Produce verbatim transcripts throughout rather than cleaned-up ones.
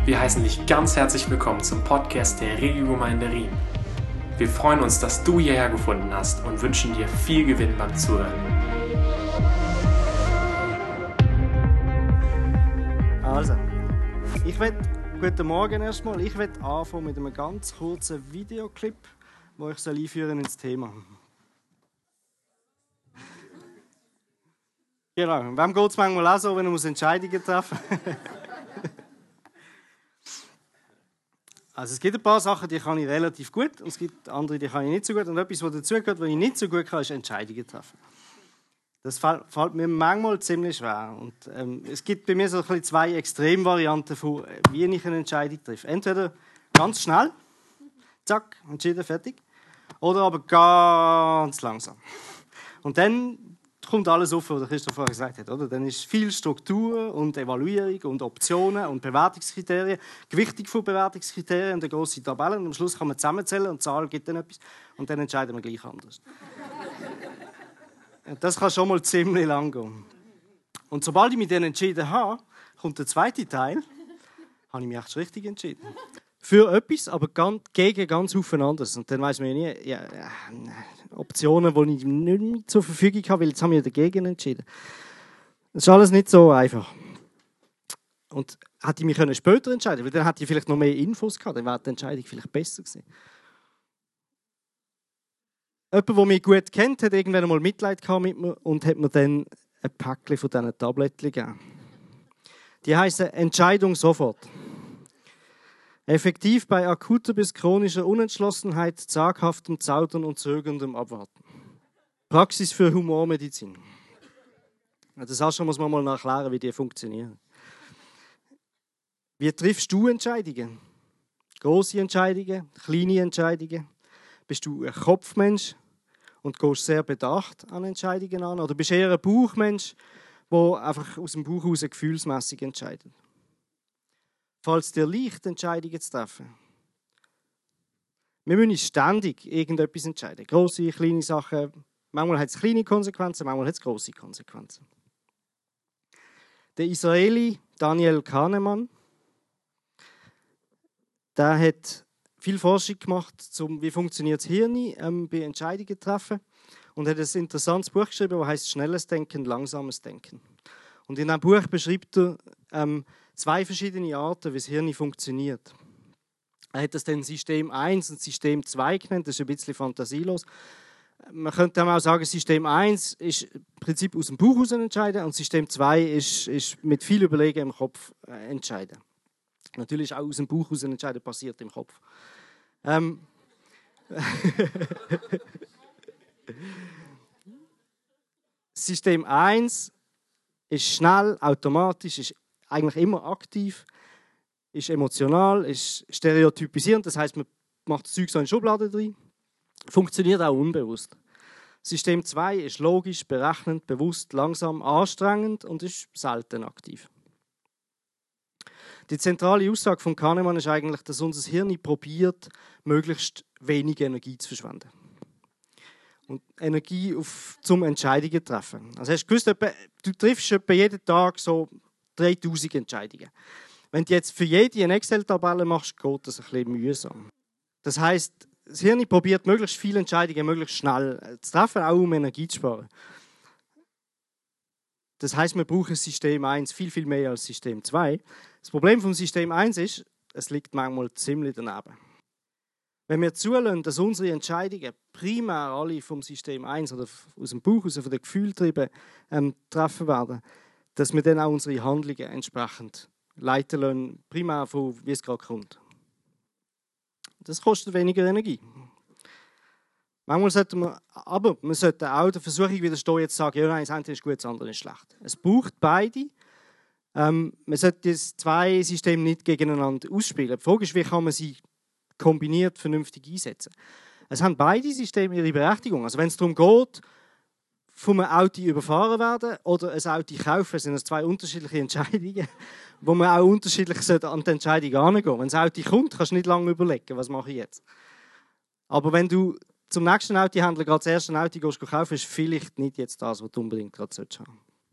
Wir heißen dich ganz herzlich willkommen zum Podcast der Regiogemeinde Riem. Wir freuen uns, dass du hierher gefunden hast und wünschen dir viel Gewinn beim Zuhören. Also, ich will, guten Morgen erstmal. Ich will anfangen mit einem ganz kurzen Videoclip, wo ich soll einführen ins Thema. Genau, wem geht es manchmal auch so, wenn er Entscheidungen treffen muss? Also es gibt ein paar Sachen, die kann ich relativ gut und es gibt andere, die kann ich nicht so gut. Und etwas, was dazugehört, was ich nicht so gut kann, ist Entscheidungen treffen. Das fällt mir manchmal ziemlich schwer. Und, ähm, es gibt bei mir so ein bisschen zwei Extremvarianten von, wie ich eine Entscheidung treffe. Entweder ganz schnell, zack, entschieden, fertig. Oder aber ganz langsam. Und dann kommt alles auf, was Christoph vorher gesagt hat. Oder? Dann ist viel Struktur und Evaluierung und Optionen und Bewertungskriterien, Gewichtung von Bewertungskriterien und eine grosse Tabelle. Und am Schluss kann man zusammenzählen und die Zahl gibt dann etwas. Und dann entscheiden wir gleich anders. Das kann schon mal ziemlich lang gehen. Und sobald ich mich dann entschieden habe, kommt der zweite Teil, habe ich mich echt richtig entschieden. Für etwas, aber ganz, gegen ganz viel anderes. Und dann weiss man ja nie, ja, Optionen, die ich nicht mehr zur Verfügung habe, weil jetzt haben wir dagegen entschieden. Das ist alles nicht so einfach. Und hätte ich mich später entscheiden können, weil dann hätte ich vielleicht noch mehr Infos gehabt, dann wäre die Entscheidung vielleicht besser gewesen. Jemand, der mich gut kennt, hat irgendwann einmal Mitleid mit mir und hat mir dann ein Päckchen von diesen Tabletten gegeben. Die heißen Entscheidung sofort. Effektiv bei akuter bis chronischer Unentschlossenheit, zaghaftem Zaudern und zögerndem Abwarten. Praxis für Humormedizin. Das Sascha muss man mal erklären, wie die funktionieren. Wie triffst du Entscheidungen? Grosse Entscheidungen, kleine Entscheidungen? Bist du ein Kopfmensch und gehst sehr bedacht an Entscheidungen an? Oder bist du eher ein Bauchmensch, der einfach aus dem Bauch heraus gefühlsmässig entscheidet? Falls dir leicht, Entscheidungen zu treffen. Wir müssen ständig irgendetwas entscheiden. Grosse, kleine Sachen. Manchmal hat es kleine Konsequenzen, manchmal hat es grosse Konsequenzen. Der Israeli Daniel Kahneman, der hat viel Forschung gemacht, zum wie funktioniert das Hirn ähm, bei Entscheidungen treffen und hat ein interessantes Buch geschrieben, das heißt Schnelles Denken, Langsames Denken. Und in diesem Buch beschreibt er ähm, zwei verschiedene Arten, wie das Hirn funktioniert. Er hat das dann System eins und System zwei genannt, das ist ein bisschen fantasielos. Man könnte auch sagen, System eins ist im Prinzip aus dem Bauch heraus entscheiden und System zwei ist, ist mit viel Überlegen im Kopf äh, entscheiden. Natürlich auch aus dem Bauch heraus entscheiden passiert im Kopf. Ähm System eins ist schnell, automatisch, ist eigentlich immer aktiv, ist emotional, ist stereotypisierend, das heisst, man macht das Zeug so in Schubladen drin, funktioniert auch unbewusst. System zwei ist logisch, berechnend, bewusst, langsam, anstrengend und ist selten aktiv. Die zentrale Aussage von Kahneman ist eigentlich, dass unser Hirn probiert, möglichst wenig Energie zu verschwenden. Und Energie auf, zum Entscheidungen zu treffen. Also hast du gewusst, etwa, du triffst etwa jeden Tag so dreitausend Entscheidungen. Wenn du jetzt für jede eine Excel-Tabelle machst, geht das ein bisschen mühsam. Das heisst, das Hirn probiert, möglichst viele Entscheidungen möglichst schnell zu treffen, auch um Energie zu sparen. Das heisst, wir brauchen System eins viel, viel mehr als System zwei. Das Problem vom System eins ist, es liegt manchmal ziemlich daneben. Wenn wir zulassen, dass unsere Entscheidungen primär alle vom System eins oder aus dem Bauch, also von den Gefühltrieben ähm, treffen werden, dass wir dann auch unsere Handlungen entsprechend leiten lassen, primär von wie es gerade kommt. Das kostet weniger Energie. Manchmal sollten wir, aber wir sollten auch der Versuchung widerstehen, jetzt zu sagen, ja, nein, das eine ist gut, das andere ist schlecht. Es braucht beide. Ähm, man sollte diese zwei Systeme nicht gegeneinander ausspielen. Die Frage ist, wie kann man sie kombiniert vernünftig einsetzen. Es haben beide Systeme ihre Berechtigung. Also wenn es darum geht, von einem Auto überfahren werden oder ein Auto kaufen, sind das zwei unterschiedliche Entscheidungen, wo man auch unterschiedlich an die Entscheidung herangehen. Wenn das Auto kommt, kannst du nicht lange überlegen, was mache ich jetzt. Aber wenn du zum nächsten Autohändler gerade das erste Auto gehst, kaufen, ist vielleicht nicht jetzt das, was du unbedingt gerade haben solltest.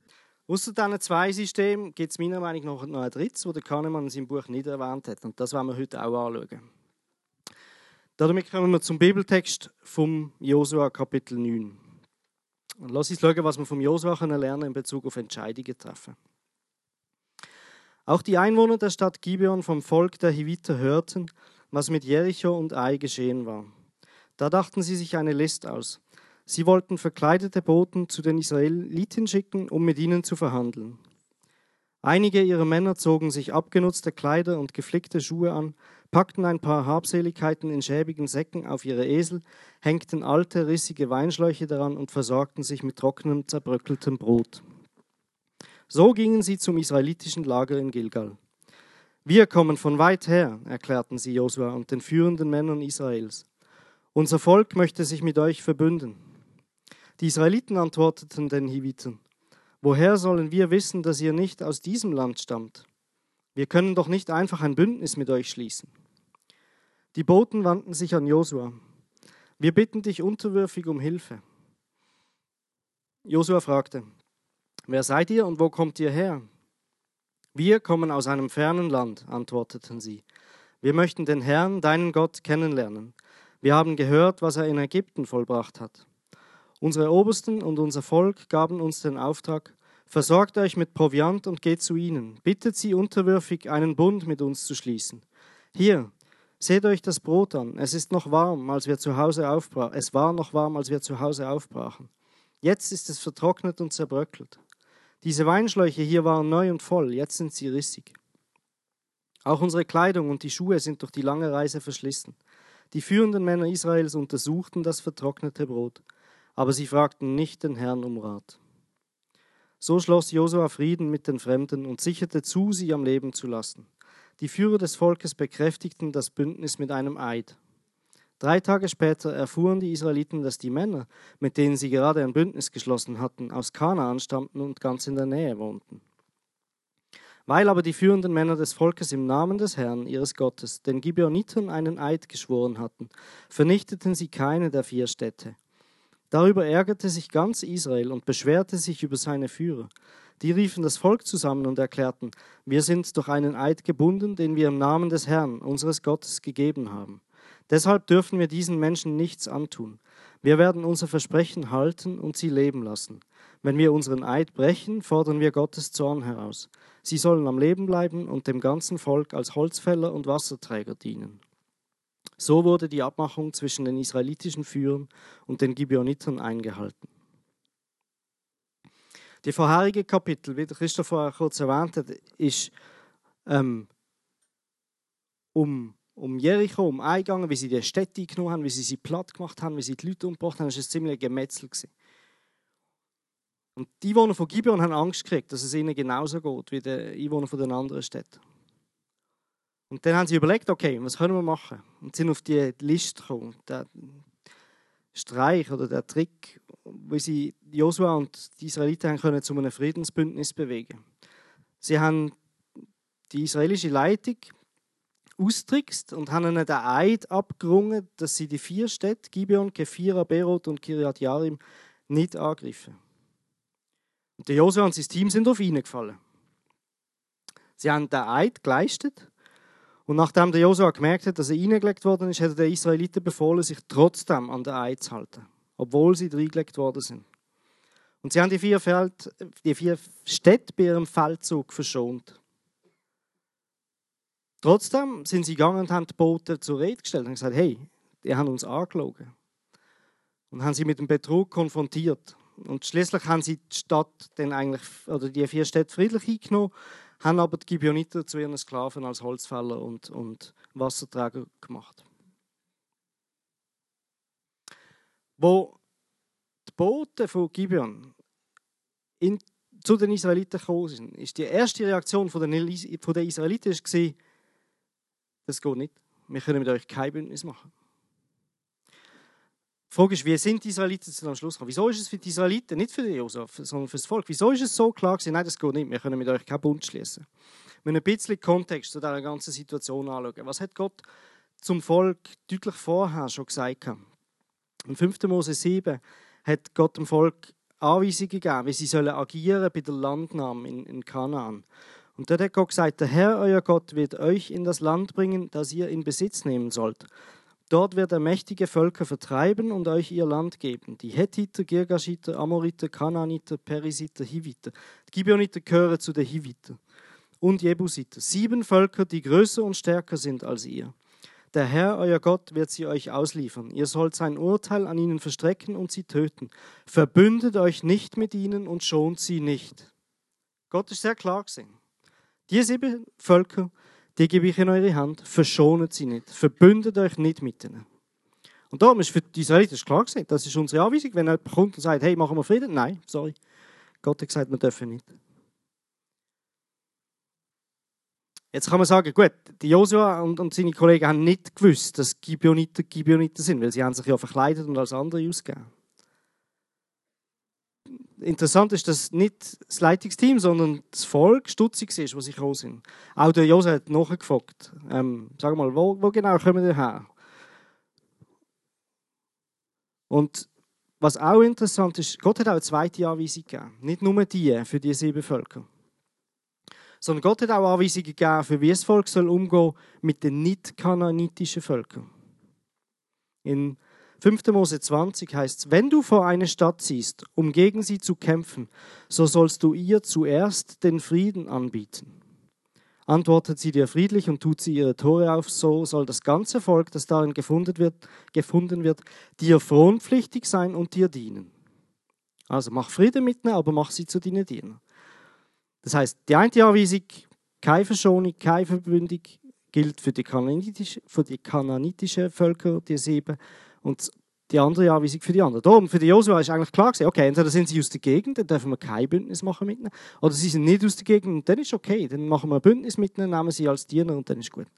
Ausser diesen zwei Systemen gibt es meiner Meinung nach noch ein drittes, das der Kahnemann in seinem Buch nicht erwähnt hat. Und das werden wir heute auch anschauen. Damit kommen wir zum Bibeltext vom Josua Kapitel neun. Und lass uns schauen, was wir vom Josua lernen in Bezug auf Entscheidungen treffen. Auch die Einwohner der Stadt Gibeon vom Volk der Hiviter hörten, was mit Jericho und Ai geschehen war. Da dachten sie sich eine List aus. Sie wollten verkleidete Boten zu den Israeliten schicken, um mit ihnen zu verhandeln. Einige ihrer Männer zogen sich abgenutzte Kleider und geflickte Schuhe an, packten ein paar Habseligkeiten in schäbigen Säcken auf ihre Esel, hängten alte, rissige Weinschläuche daran und versorgten sich mit trockenem, zerbröckeltem Brot. So gingen sie zum israelitischen Lager in Gilgal. Wir kommen von weit her, erklärten sie Josua und den führenden Männern Israels. Unser Volk möchte sich mit euch verbünden. Die Israeliten antworteten den Hivitern: Woher sollen wir wissen, dass ihr nicht aus diesem Land stammt? Wir können doch nicht einfach ein Bündnis mit euch schließen. Die Boten wandten sich an Josua. Wir bitten dich unterwürfig um Hilfe. Josua fragte: Wer seid ihr und wo kommt ihr her? Wir kommen aus einem fernen Land, antworteten sie. Wir möchten den Herrn, deinen Gott, kennenlernen. Wir haben gehört, was er in Ägypten vollbracht hat. Unsere Obersten und unser Volk gaben uns den Auftrag: Versorgt euch mit Proviant und geht zu ihnen. Bittet sie unterwürfig, einen Bund mit uns zu schließen. Hier, seht euch das Brot an. Es ist noch warm, als wir zu Hause aufbrachen. Es war noch warm, als wir zu Hause aufbrachen. Jetzt ist es vertrocknet und zerbröckelt. Diese Weinschläuche hier waren neu und voll, jetzt sind sie rissig. Auch unsere Kleidung und die Schuhe sind durch die lange Reise verschlissen. Die führenden Männer Israels untersuchten das vertrocknete Brot, aber sie fragten nicht den Herrn um Rat. So schloss Josua Frieden mit den Fremden und sicherte zu, sie am Leben zu lassen. Die Führer des Volkes bekräftigten das Bündnis mit einem Eid. Drei Tage später erfuhren die Israeliten, dass die Männer, mit denen sie gerade ein Bündnis geschlossen hatten, aus Kanaan stammten und ganz in der Nähe wohnten. Weil aber die führenden Männer des Volkes im Namen des Herrn, ihres Gottes, den Gibeonitern einen Eid geschworen hatten, vernichteten sie keine der vier Städte. Darüber ärgerte sich ganz Israel und beschwerte sich über seine Führer. Die riefen das Volk zusammen und erklärten: Wir sind durch einen Eid gebunden, den wir im Namen des Herrn, unseres Gottes, gegeben haben. Deshalb dürfen wir diesen Menschen nichts antun. Wir werden unser Versprechen halten und sie leben lassen. Wenn wir unseren Eid brechen, fordern wir Gottes Zorn heraus. Sie sollen am Leben bleiben und dem ganzen Volk als Holzfäller und Wasserträger dienen. So wurde die Abmachung zwischen den israelitischen Führern und den Gibeonitern eingehalten. Die vorherige Kapitel, wie Christoph vorher kurz erwähnt hat, ist ähm, um um Jericho, um eingegangen, wie sie die Städte eingenommen haben, wie sie sie platt gemacht haben, wie sie die Leute umgebracht haben. Das war ein ziemlich Gemetzel. Und die Einwohner von Gibeon haben Angst gekriegt, dass es ihnen genauso geht wie den Einwohnern von den anderen Städten. Und dann haben sie überlegt, okay, was können wir machen? Und sind auf die Liste gekommen. Der Streich oder der Trick, wie sie Josua und die Israeliten haben können zu einem Friedensbündnis bewegen. Sie haben die israelische Leitung austrickst und haben ihnen den Eid abgerungen, dass sie die vier Städte, Gibeon, Kephira, Beroth und Kiriath Jearim, nicht angreifen. Und der Josua und sein Team sind auf ihn gefallen. Sie haben den Eid geleistet und nachdem der Josua gemerkt hat, dass er reingelegt worden ist, hat er den Israeliten befohlen, sich trotzdem an den Eid zu halten, obwohl sie reingelegt worden sind. Und sie haben die vier, Feld, die vier Städte bei ihrem Feldzug verschont. Trotzdem sind sie gegangen und haben die Boten zur Rede gestellt und gesagt: Hey, die haben uns angelogen. Und haben sie mit dem Betrug konfrontiert. Und schließlich haben sie die Stadt dann eigentlich, oder die vier Städte friedlich eingenommen, haben aber die Gibeoniter zu ihren Sklaven als Holzfäller und, und Wasserträger gemacht. Wo die Boten von Gibeon in, zu den Israeliten gekommen sind, ist die erste Reaktion von den, von den Israeliten war: Das geht nicht. Wir können mit euch kein Bündnis machen. Die Frage ist, wie sind die Israeliten zu dem Schluss gekommen? Wieso ist es für die Israeliten, nicht für die Josua, sondern für das Volk, wieso ist es so klar gewesen, nein, das geht nicht, wir können mit euch keinen Bund schließen? Wir müssen ein bisschen Kontext zu dieser ganzen Situation anschauen. Was hat Gott zum Volk deutlich vorher schon gesagt? Im fünften Mose sieben hat Gott dem Volk Anweisungen gegeben, wie sie sollen agieren bei der Landnahme in, in Kanaan. Und dort hat Gott gesagt, der Herr, euer Gott, wird euch in das Land bringen, das ihr in Besitz nehmen sollt. Dort wird er mächtige Völker vertreiben und euch ihr Land geben. Die Hethiter, Girgashiter, Amoriter, Kanaaniter, Perisiter, Hiviter. Die Gibeoniter gehören zu den Hiviter. Und Jebusiter. Sieben Völker, die größer und stärker sind als ihr. Der Herr, euer Gott, wird sie euch ausliefern. Ihr sollt sein Urteil an ihnen verstrecken und sie töten. Verbündet euch nicht mit ihnen und schont sie nicht. Gott ist sehr klar gewesen. Die sieben Völker, die gebe ich in eure Hand, verschont sie nicht, verbündet euch nicht mit ihnen. Und darum ist für die Israeliten klar gewesen, das ist unsere Anweisung. Wenn jemand kommt und sagt, hey, machen wir Frieden? Nein, sorry. Gott hat gesagt, wir dürfen nicht. Jetzt kann man sagen, gut, die Josua und, und seine Kollegen haben nicht gewusst, dass Gibeoniter Gibeoniter sind, weil sie haben sich ja verkleidet und als andere ausgegeben. Interessant ist, dass nicht das Leitungsteam, sondern das Volk stutzig ist, wo sie gekommen sind. Auch der Josua hat nachgefragt. Ähm, sag mal, wo, wo genau kommen wir her? Und was auch interessant ist, Gott hat auch eine zweite Anweisung gegeben. Nicht nur die für die sieben Völker. Sondern Gott hat auch Anweisungen gegeben, für wie das Volk soll umgehen mit den nicht-kanaanitischen Völkern. In fünfter Mose zwanzig heißt es, wenn du vor eine Stadt ziehst, um gegen sie zu kämpfen, so sollst du ihr zuerst den Frieden anbieten. Antwortet sie dir friedlich und tut sie ihre Tore auf, so soll das ganze Volk, das darin gefunden wird, gefunden wird, dir fronpflichtig sein und dir dienen. Also mach Frieden mit ihnen, aber mach sie zu deinen Dienern. Das heißt, die eine Anweisung, keine Verschonung, keine Verbündung, gilt für die kanaanitische, für die kanaanitischen Völker, die sieben, und die andere Anweisung für die anderen. Darum, für die Josua ist eigentlich klar gewesen, okay, entweder sind sie aus der Gegend, dann dürfen wir kein Bündnis machen mit ihnen, oder sie sind nicht aus der Gegend, und dann ist okay, dann machen wir ein Bündnis mit ihnen, nehmen sie als Diener und dann ist gut.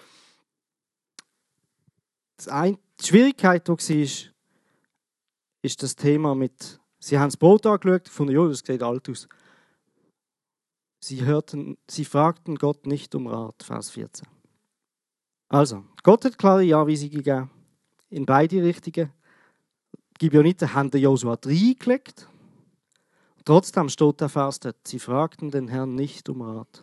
Das eine, die Schwierigkeit, die war, ist, ist das Thema mit, sie haben das Brot angeschaut, gefunden, ja, das sieht alt aus. Sie, hörten, sie fragten Gott nicht um Rat, Vers vierzehn. Also, Gott hat klare Anweisungen gegeben, in beide Richtungen. Die Gibeoniter haben den Josua reingelegt. Trotzdem steht der Vers dort, sie fragten den Herrn nicht um Rat.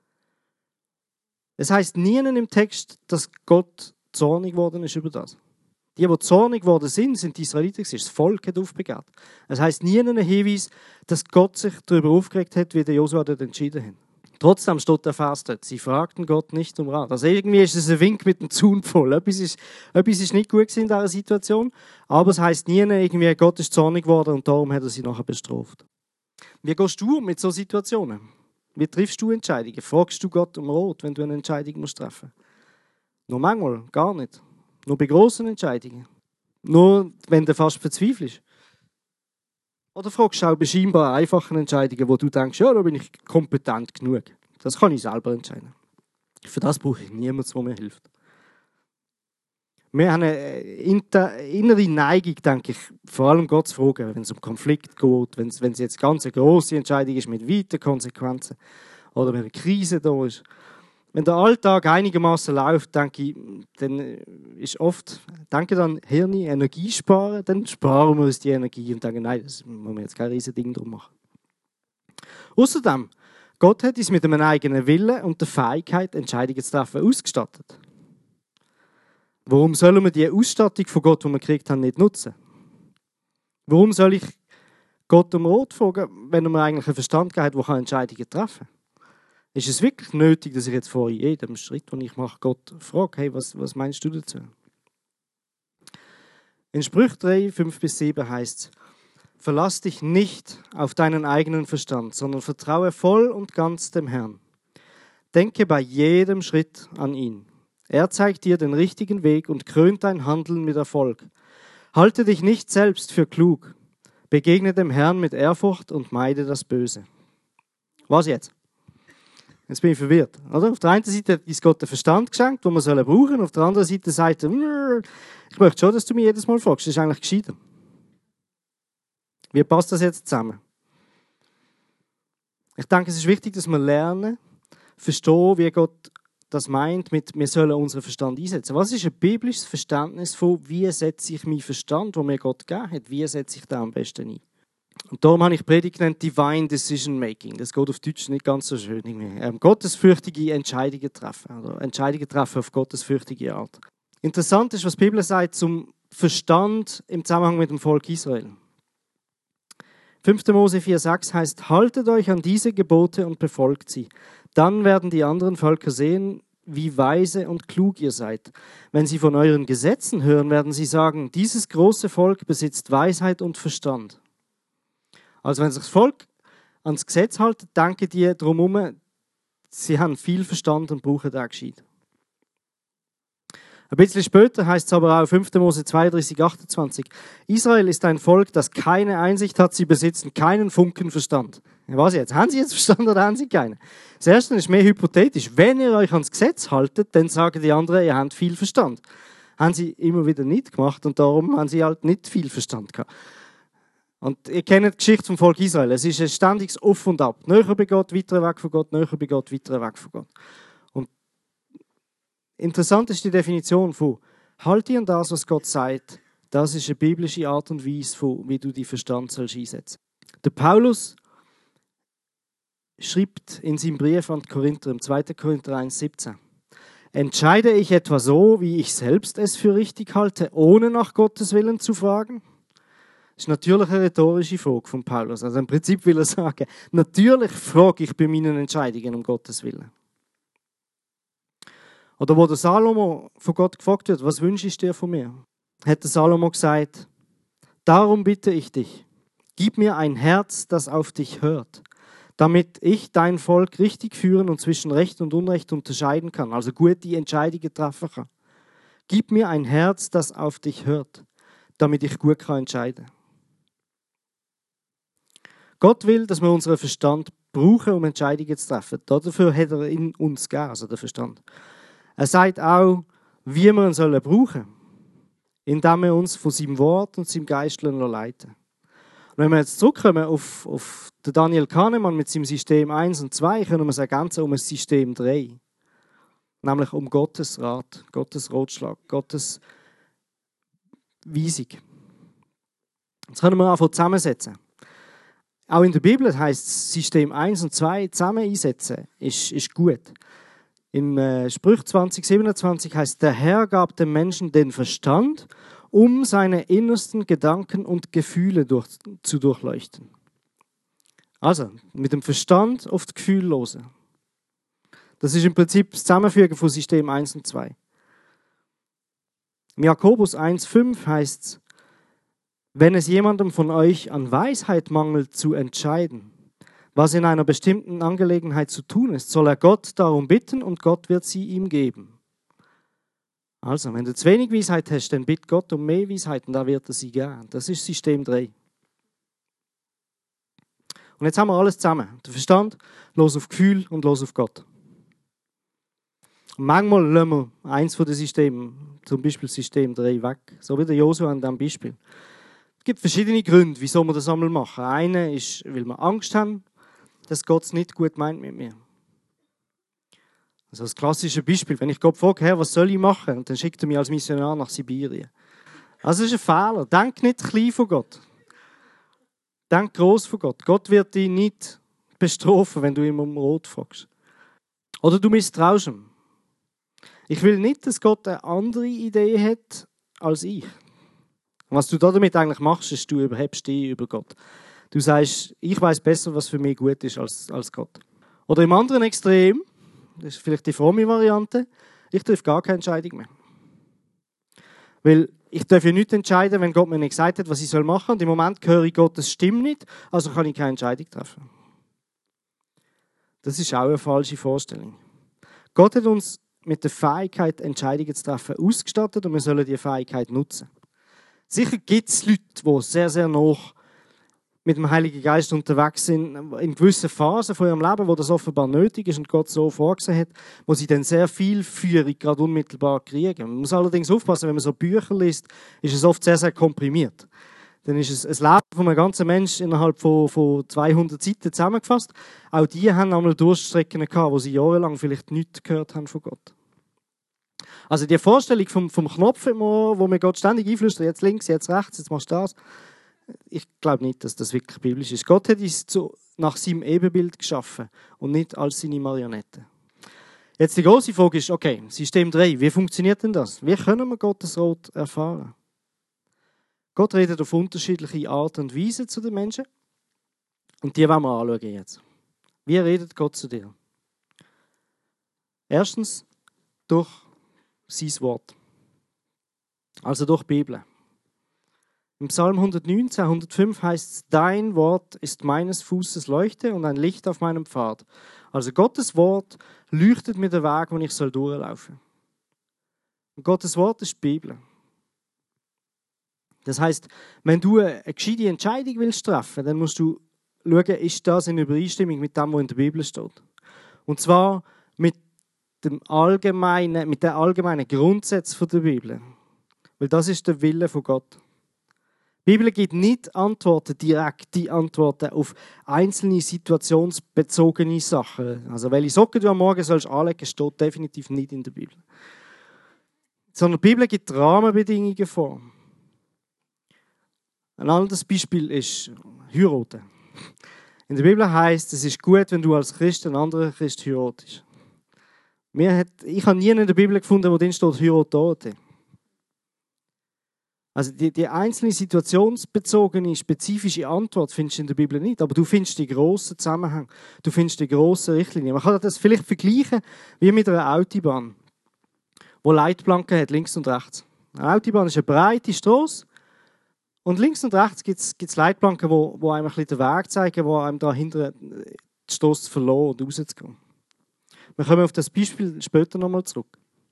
Es heißt nie im Text, dass Gott zornig geworden ist über das. Die, die zornig geworden sind, sind die Israeliten. Das Volk hat aufbegehrt. Es heisst nie einen Hinweis, dass Gott sich darüber aufgeregt hat, wie der Josua dort entschieden hat. Trotzdem steht der Vers dort. Sie fragten Gott nicht um Rat. Also irgendwie ist es ein Wink mit dem Zaun voll. Etwas ist, etwas ist nicht gut in dieser Situation. Aber es heisst nie irgendwie, Gott ist zornig geworden und darum hat er sie nachher bestraft. Wie gehst du um mit solchen Situationen? Wie triffst du Entscheidungen? Fragst du Gott um Rat, wenn du eine Entscheidung musst treffen musst? Nur manchmal, gar nicht. Nur bei grossen Entscheidungen. Nur, wenn du fast verzweifelst. Oder fragst du auch bei scheinbar einfachen Entscheidungen, wo du denkst, ja, da bin ich kompetent genug. Das kann ich selber entscheiden. Für das brauche ich niemanden, der mir hilft. Wir haben eine innere Neigung, denke ich, vor allem Gott zu fragen, wenn es um Konflikt geht, wenn es, wenn es jetzt ganz eine grosse Entscheidung ist mit weiten Konsequenzen oder wenn eine Krise da ist. Wenn der Alltag einigermaßen läuft, denke ich, dann ist oft, denke dann, Hirn, Energie sparen, dann sparen wir uns die Energie und denken, nein, das müssen wir jetzt kein riesen Ding drum machen. Außerdem, Gott hat uns mit einem eigenen Willen und der Fähigkeit, Entscheidungen zu treffen, ausgestattet. Warum sollen wir die Ausstattung von Gott, die wir gekriegt haben, nicht nutzen? Warum soll ich Gott um Rat fragen, wenn er mir eigentlich einen Verstand hat, der Entscheidungen treffen kann? Ist es wirklich nötig, dass ich jetzt vor jedem Schritt, den ich mache, Gott frage, hey, was, was meinst du dazu? In Sprüche drei, fünf bis sieben heißt es, verlass dich nicht auf deinen eigenen Verstand, sondern vertraue voll und ganz dem Herrn. Denke bei jedem Schritt an ihn. Er zeigt dir den richtigen Weg und krönt dein Handeln mit Erfolg. Halte dich nicht selbst für klug. Begegne dem Herrn mit Ehrfurcht und meide das Böse. Was jetzt? Jetzt bin ich verwirrt. Oder? Auf der einen Seite hat uns Gott den Verstand geschenkt, den wir brauchen sollen. Auf der anderen Seite sagt er, ich möchte schon, dass du mich jedes Mal fragst. Das ist eigentlich gescheiter. Wie passt das jetzt zusammen? Ich denke, es ist wichtig, dass wir lernen, verstehen, wie Gott das meint, mit wir sollen unseren Verstand einsetzen. Was ist ein biblisches Verständnis von, wie setze ich meinen Verstand, den mir Gott gegeben hat, wie setze ich den am besten ein? Und darum habe ich die Predigt genannt Divine Decision Making. Das geht auf Deutsch nicht ganz so schön. Ähm, gottesfürchtige Entscheidungen treffen. Oder Entscheidungen treffen auf gottesfürchtige Art. Interessant ist, was die Bibel sagt zum Verstand im Zusammenhang mit dem Volk Israel. fünfter Mose vier sechs heißt, haltet euch an diese Gebote und befolgt sie. Dann werden die anderen Völker sehen, wie weise und klug ihr seid. Wenn sie von euren Gesetzen hören, werden sie sagen, dieses große Volk besitzt Weisheit und Verstand. Also wenn sich das Volk ans Gesetz hält, denken die drumherum, sie haben viel Verstand und brauchen da gescheit. Ein bisschen später heißt es aber auch fünfter Mose zweiunddreißig achtundzwanzig. Israel ist ein Volk, das keine Einsicht hat, sie besitzen keinen Funken Verstand. Was jetzt? Haben sie jetzt Verstand oder haben sie keinen? Das erste ist mehr hypothetisch. Wenn ihr euch ans Gesetz haltet, dann sagen die anderen, ihr habt viel Verstand. Haben sie immer wieder nicht gemacht und darum haben sie halt nicht viel Verstand gehabt. Und ihr kennt die Geschichte vom Volk Israel. Es ist ein ständiges Auf und Ab. Näher bei Gott, weiter weg von Gott, näher bei Gott, weiter weg von Gott. Und interessant ist die Definition von halte an das, was Gott sagt. Das ist eine biblische Art und Weise, von, wie du die Verstand sollst einsetzen. Der Paulus schreibt in seinem Brief an die Korinther, im zweiter Korinther eins siebzehn. Entscheide ich etwa so, wie ich selbst es für richtig halte, ohne nach Gottes Willen zu fragen? Das ist natürlich eine rhetorische Frage von Paulus. Also im Prinzip will er sagen, natürlich frage ich bei meinen Entscheidungen um Gottes Willen. Oder wo der Salomo von Gott gefragt wird, was wünschst du dir von mir? Hat der Salomo gesagt, darum bitte ich dich, gib mir ein Herz, das auf dich hört, damit ich dein Volk richtig führen und zwischen Recht und Unrecht unterscheiden kann, also gut die Entscheidungen treffen kann. Gib mir ein Herz, das auf dich hört, damit ich gut kann entscheiden kann. Gott will, dass wir unseren Verstand brauchen, um Entscheidungen zu treffen. Dafür hat er in uns gegeben, also der Verstand. Er sagt auch, wie wir ihn sollen brauchen, indem wir uns von seinem Wort und seinem Geist leiten. Und wenn wir jetzt zurückkommen auf, auf den Daniel Kahnemann mit seinem System eins und zwei, können wir es ergänzen um ein System drei. Nämlich um Gottes Rat, Gottes Ratschlag, Gottes Weisung. Jetzt können wir einfach zusammensetzen. Auch in der Bibel heisst es, System eins und zwei zusammen einsetzen, ist, ist gut. In äh, Sprüche zwanzig siebenundzwanzig heißt, der Herr gab dem Menschen den Verstand, um seine innersten Gedanken und Gefühle durch, zu durchleuchten. Also, mit dem Verstand auf das Gefühl hören. Das ist im Prinzip das Zusammenfügen von System eins und zwei. Im Jakobus eins fünf heißt es, wenn es jemandem von euch an Weisheit mangelt, zu entscheiden, was in einer bestimmten Angelegenheit zu tun ist, soll er Gott darum bitten und Gott wird sie ihm geben. Also, wenn du zu wenig Weisheit hast, dann bitt Gott um mehr Weisheit und da wird er sie geben. Das ist System drei. Und jetzt haben wir alles zusammen. Der Verstand, los auf Gefühl und los auf Gott. Und manchmal lassen wir eins von den Systemen, zum Beispiel System drei, weg. So wie der Josua an diesem Beispiel. Es gibt verschiedene Gründe, wieso wir das einmal machen. Einer ist, weil wir Angst haben, dass Gott es nicht gut meint mit mir. Also das klassische Beispiel, wenn ich Gott frage, Herr, was soll ich machen? Und dann schickt er mich als Missionar nach Sibirien. Also das ist ein Fehler. Denk nicht klein von Gott. Denk groß von Gott. Gott wird dich nicht bestrafen, wenn du ihm um Rot fragst. Oder du misstraust ihm. Ich will nicht, dass Gott eine andere Idee hat als ich. Und was du damit eigentlich machst, ist, du überhebst dich über Gott. Du sagst, ich weiß besser, was für mich gut ist als, als Gott. Oder im anderen Extrem, das ist vielleicht die fromme Variante, ich treffe gar keine Entscheidung mehr. Weil ich darf ja nicht entscheiden, wenn Gott mir nicht gesagt hat, was ich machen soll. Und im Moment höre ich Gottes Stimme nicht, also kann ich keine Entscheidung treffen. Das ist auch eine falsche Vorstellung. Gott hat uns mit der Fähigkeit, Entscheidungen zu treffen, ausgestattet und wir sollen diese Fähigkeit nutzen. Sicher gibt es Leute, die sehr, sehr nah mit dem Heiligen Geist unterwegs sind, in gewissen Phasen von ihrem Leben, wo das offenbar nötig ist und Gott so vorgesehen hat, wo sie dann sehr viel Führung gerade unmittelbar kriegen. Man muss allerdings aufpassen, wenn man so Bücher liest, ist es oft sehr, sehr komprimiert. Dann ist es ein Leben von einem ganzen Menschen innerhalb von, von zweihundert Seiten zusammengefasst. Auch die haben einmal Durststrecken gehabt, wo sie jahrelang vielleicht nichts gehört haben von Gott. Also die Vorstellung vom, vom Knopf im Ohr, wo mir Gott ständig einflüstert, jetzt links, jetzt rechts, jetzt machst du das, Ich glaube nicht, dass das wirklich biblisch ist. Gott hat uns zu, nach seinem Ebenbild geschaffen und nicht als seine Marionette. Jetzt die große Frage ist, okay, System drei, wie funktioniert denn das? Wie können wir Gottes Rot erfahren? Gott redet auf unterschiedliche Art und Weise zu den Menschen. Und die wollen wir anschauen jetzt. Wie redet Gott zu dir? Erstens, durch sein Wort. Also durch die Bibel. Im Psalm hundertneunzehn, hundertfünf heißt es, dein Wort ist meines Fußes Leuchte und ein Licht auf meinem Pfad. Also Gottes Wort leuchtet mir den Weg, wo ich soll durchlaufen soll. Und Gottes Wort ist die Bibel. Das heisst, wenn du eine gescheite Entscheidung willst treffen, dann musst du schauen, ist das in Übereinstimmung mit dem, was in der Bibel steht. Und zwar mit, dem allgemeinen, mit den allgemeinen Grundsätzen der Bibel. Weil das ist der Wille von Gott. Die Bibel gibt nicht Antworten, direkte Antworten auf einzelne situationsbezogene Sachen. Also welche Socken du am Morgen sollst anlegen, steht definitiv nicht in der Bibel. Sondern die Bibel gibt Rahmenbedingungen vor. Ein anderes Beispiel ist Heiraten. In der Bibel heisst, es ist gut, wenn du als Christ einen anderen Christ heiratest. Mir hat, ich habe nie in der Bibel gefunden, wo drin steht, heiraten. Also die, die einzelne situationsbezogene, spezifische Antwort findest du in der Bibel nicht, aber du findest die grossen Zusammenhänge, du findest die grossen Richtlinien. Man kann das vielleicht vergleichen wie mit einer Autobahn, wo Leitplanken hat, links und rechts. Eine Autobahn ist eine breite Strasse und links und rechts gibt es Leitplanken, die wo, wo einem ein bisschen den Weg zeigen, die einem da hinter die Strasse zu verlassen und rauszugehen. Wir kommen auf das Beispiel später nochmal zurück.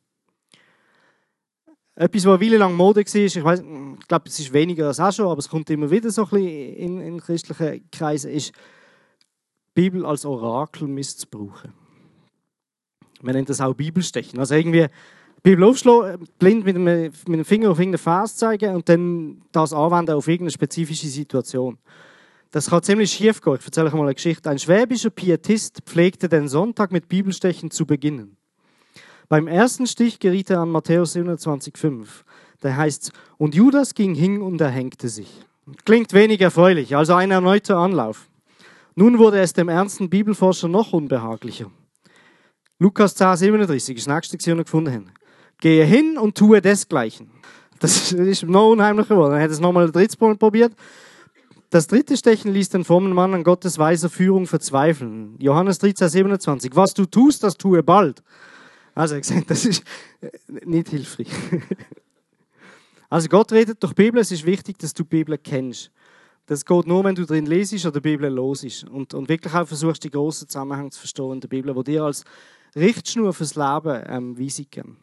Etwas, was eine Weile lang Mode war, ich, weiss, ich glaube, es ist weniger als auch schon, aber es kommt immer wieder so ein bisschen in, in christlichen Kreisen, ist, die Bibel als Orakel misszubrauchen. Man nennt das auch Bibelstechen. Also irgendwie die Bibel aufschlagen, blind mit dem, mit dem Finger auf irgendeinen Vers zeigen und dann das anwenden auf irgendeine spezifische Situation. Das kann ziemlich schief gehen. Ich erzähle euch mal eine Geschichte. Ein schwäbischer Pietist pflegte den Sonntag mit Bibelstechen zu beginnen. Beim ersten Stich geriet er an Matthäus siebenundzwanzig, fünf. Da heißt es, und Judas ging hin und erhängte sich. Klingt wenig erfreulich, also ein erneuter Anlauf. Nun wurde es dem ernsten Bibelforscher noch unbehaglicher. Lukas zehn, siebenunddreißig, das nächste, was wir gefunden haben. Gehe hin und tue desgleichen. Das ist noch unheimlicher geworden. Er hat es nochmal ein drittes Mal probiert. Das dritte Stechen ließ den frommen Mann an Gottes weiser Führung verzweifeln. Johannes dreizehn, siebenundzwanzig. Was du tust, das tue bald. Also, ihr seht, das ist nicht hilfreich. Also, Gott redet durch die Bibel. Es ist wichtig, dass du die Bibel kennst. Das geht nur, wenn du drin lesest oder die Bibel losest. Und, und wirklich auch versuchst, die grossen Zusammenhänge zu verstehen in der Bibel, die dir als Richtschnur fürs Leben ähm, Weisung geben.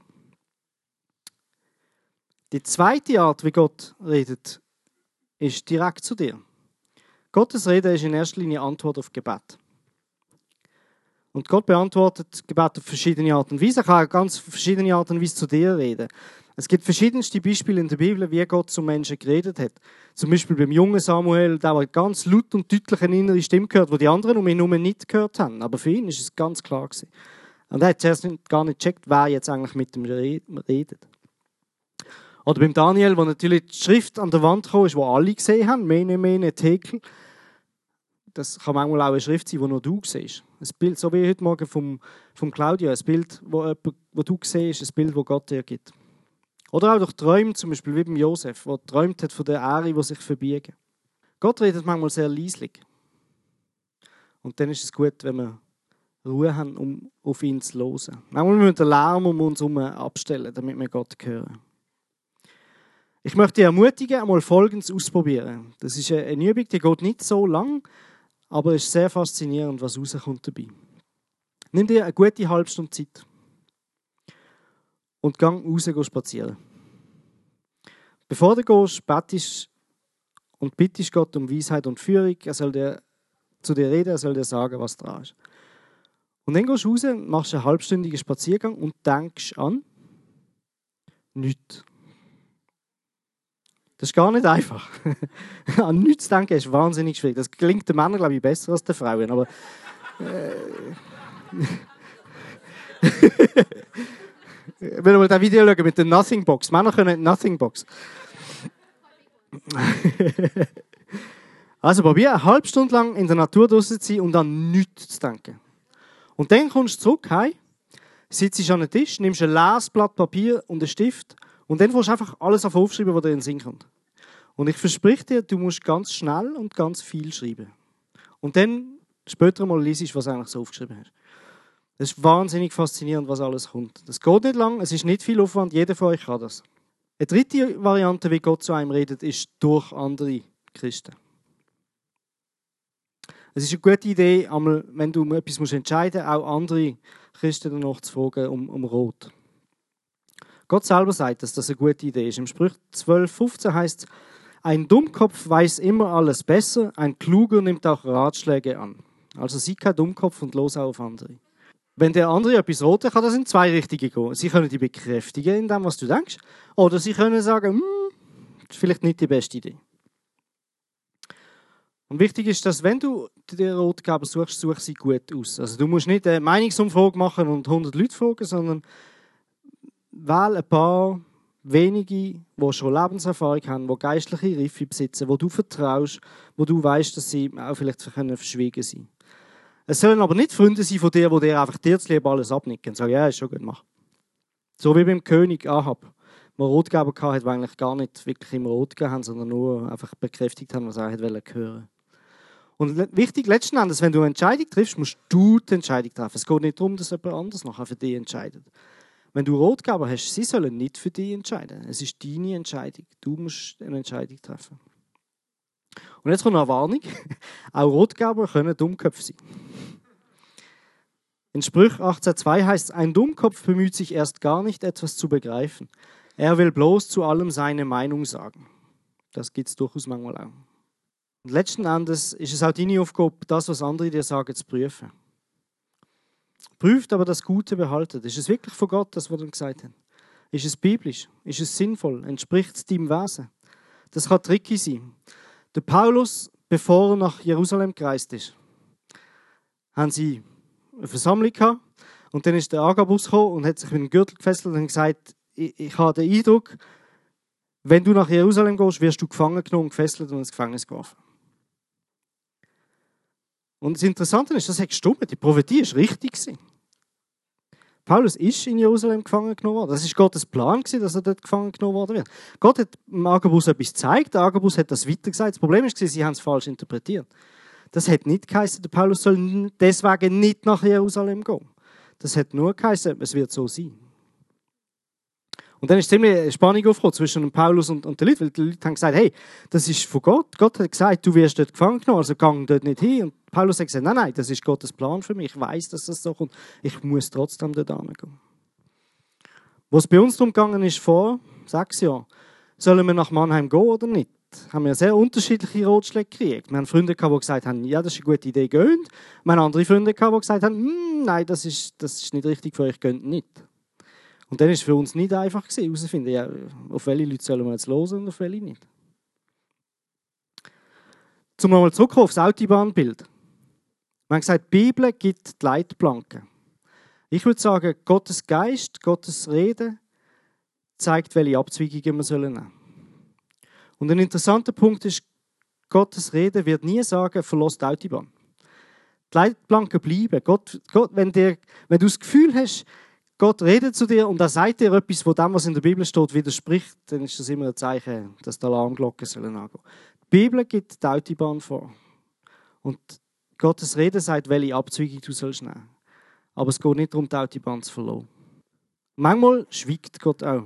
Die zweite Art, wie Gott redet, ist direkt zu dir. Gottes Rede ist in erster Linie Antwort auf Gebet. Und Gott beantwortet Gebet auf verschiedene Arten und Weise. Er kann ganz verschiedene Arten und Weise zu dir reden. Es gibt verschiedenste Beispiele in der Bibel, wie Gott zu Menschen geredet hat. Zum Beispiel beim jungen Samuel, der ganz laut und deutlich eine innere Stimme gehört, die die anderen um ihn herum nicht gehört haben. Aber für ihn ist es ganz klar gewesen. Und er hat zuerst gar nicht gecheckt, wer jetzt eigentlich mit ihm redet. Oder beim Daniel, wo natürlich die Schrift an der Wand kam, wo alle gesehen haben, Mene, Mene, Tekel. Das kann manchmal auch eine Schrift sein, die nur du siehst. Ein Bild, so wie heute Morgen vom, vom Claudio, ein Bild, wo, jemand, wo du siehst, ein Bild, das Gott dir gibt. Oder auch durch Träume, zum Beispiel wie beim Josef, der geträumt hat von der Ähre, die sich verbiegen. Gott redet manchmal sehr leislich. Und dann ist es gut, wenn wir Ruhe haben, um auf ihn zu hören. Manchmal müssen wir den Lärm um uns herum abstellen, damit wir Gott hören. Ich möchte dich ermutigen, einmal Folgendes auszuprobieren. Das ist eine Übung, die geht nicht so lang, aber es ist sehr faszinierend, was rauskommt dabei. Nimm dir eine gute halbe Stunde Zeit und geh raus spazieren. Bevor du gehst, betest und bittest Gott um Weisheit und Führung. Er soll dir zu dir reden, er soll dir sagen, was dran ist. Und dann gehst du raus, machst einen halbstündigen Spaziergang und denkst an nichts. Das ist gar nicht einfach. An nichts zu denken ist wahnsinnig schwierig. Das gelingt den Männern, glaube ich, besser als den Frauen. Aber äh, wenn wir mal das Video schauen mit der Nothing Box. Männer können Nothing Box. Also probier eine halbe Stunde lang in der Natur draußen zu sein und an nichts zu denken. Und dann kommst du zurück heim, sitzt an den Tisch, nimmst ein leeres Blatt Papier und einen Stift und dann fängst du einfach alles auf aufschreiben, was dir in den Sinn kommt. Und ich verspreche dir, du musst ganz schnell und ganz viel schreiben. Und dann später mal liest, was du eigentlich so aufgeschrieben hast. Das ist wahnsinnig faszinierend, was alles kommt. Das geht nicht lang, es ist nicht viel Aufwand, jeder von euch kann das. Eine dritte Variante, wie Gott zu einem redet, ist durch andere Christen. Es ist eine gute Idee, einmal, wenn du etwas entscheiden musst, auch andere Christen danach zu fragen, um, um Rat. Gott selber sagt, dass das eine gute Idee ist. Im Sprüch zwölf fünfzehn heißt es, ein Dummkopf weiß immer alles besser, ein Kluger nimmt auch Ratschläge an. Also sei kein Dummkopf und los auch auf andere. Wenn der andere etwas raten kann, das in zwei Richtungen gehen. Sie können dich bekräftigen in dem, was du denkst, oder sie können sagen, hm, das ist vielleicht nicht die beste Idee. Und wichtig ist, dass wenn du den Ratgeber suchst, such sie gut aus. Also du musst nicht eine Meinungsumfrage machen und hundert Leute fragen, sondern wähl ein paar wenige, die schon Lebenserfahrung haben, die geistliche Reife besitzen, wo du vertraust, wo du weißt, dass sie auch vielleicht verschwiegen sein können. Es sollen aber nicht Freunde sein von dir, die dir einfach dir zu lieb alles abnicken und sagen, ja, ist schon gut, mach. So wie beim König Ahab, der Ratgeber hatte, die eigentlich gar nicht wirklich im Rat gegeben haben, sondern nur einfach bekräftigt haben, was er hören wollte. Und wichtig, letzten Endes, wenn du eine Entscheidung triffst, musst du die Entscheidung treffen. Es geht nicht darum, dass jemand anderes nachher für dich entscheidet. Wenn du Ratgeber hast, sie sollen nicht für dich entscheiden. Es ist deine Entscheidung. Du musst eine Entscheidung treffen. Und jetzt kommt noch eine Warnung. Auch Ratgeber können Dummköpfe sein. In Sprüch achtzehn zwei heißt es, ein Dummkopf bemüht sich erst gar nicht, etwas zu begreifen. Er will bloß zu allem seine Meinung sagen. Das gibt es durchaus manchmal auch. Und letzten Endes ist es auch deine Aufgabe, das, was andere dir sagen, zu prüfen. Prüft aber das Gute behaltet. Ist es wirklich von Gott, das, was wir gesagt haben? Ist es biblisch? Ist es sinnvoll? Entspricht es deinem Wesen? Das kann tricky sein. Der Paulus, bevor er nach Jerusalem gereist ist, haben sie eine Versammlung gehabt und dann ist der Agabus gekommen und hat sich mit dem Gürtel gefesselt und gesagt, ich, ich habe den Eindruck, wenn du nach Jerusalem gehst, wirst du gefangen genommen, gefesselt und ins Gefängnis geworfen. Und das Interessante ist, das hat gestimmt. Die Prophetie war richtig. Paulus ist in Jerusalem gefangen genommen worden. Das war Gottes Plan, dass er dort gefangen genommen worden wird. Gott hat dem Agabus etwas gezeigt, der Agabus hat das weitergesagt. Das Problem war, sie haben es falsch interpretiert. Das hat nicht geheißen, der Paulus soll deswegen nicht nach Jerusalem gehen. Das hat nur geheißen, es wird so sein. Und dann ist ziemlich eine Spannung aufgekommen zwischen dem Paulus und, und den Leuten, weil die Leute haben gesagt, hey, das ist von Gott. Gott hat gesagt, du wirst dort gefangen genommen, also gang dort nicht hin. Und Paulus hat gesagt, nein, nein, das ist Gottes Plan für mich. Ich weiss, dass das so kommt. Ich muss trotzdem dort hingehen. Was bei uns darum gegangen ist, vor sechs Jahren, sollen wir nach Mannheim gehen oder nicht? Haben wir sehr unterschiedliche Ratschläge gekriegt. Wir haben Freunde gehabt, die gesagt haben, ja, das ist eine gute Idee, geht. Wir haben andere Freunde gehabt, die gesagt haben, hm, nein, das ist, das ist nicht richtig für euch, geht nicht. Und dann war es für uns nicht einfach herauszufinden, ja, auf welche Leute sollen wir jetzt hören und auf welche nicht. Zum nochmal zurückkommen auf das Autobahnbild. Wir haben gesagt, die Bibel gibt die Leitplanken. Ich würde sagen, Gottes Geist, Gottes Rede zeigt, welche Abzweigungen wir nehmen sollen. Und ein interessanter Punkt ist, Gottes Rede wird nie sagen, verlass die Autobahn. Die Leitplanken bleiben. Gott, Gott, wenn, dir, wenn du das Gefühl hast, Gott redet zu dir und er sagt dir etwas, wo dem, was in der Bibel steht, widerspricht, dann ist das immer ein Zeichen, dass die Alarmglocken sollen angehen. Die Bibel gibt die Autobahn vor. Und Gottes Rede sagt, welche Abzweigung du sollst nehmen. Aber es geht nicht darum, die Autobahn zu verlassen. Manchmal schweigt Gott auch.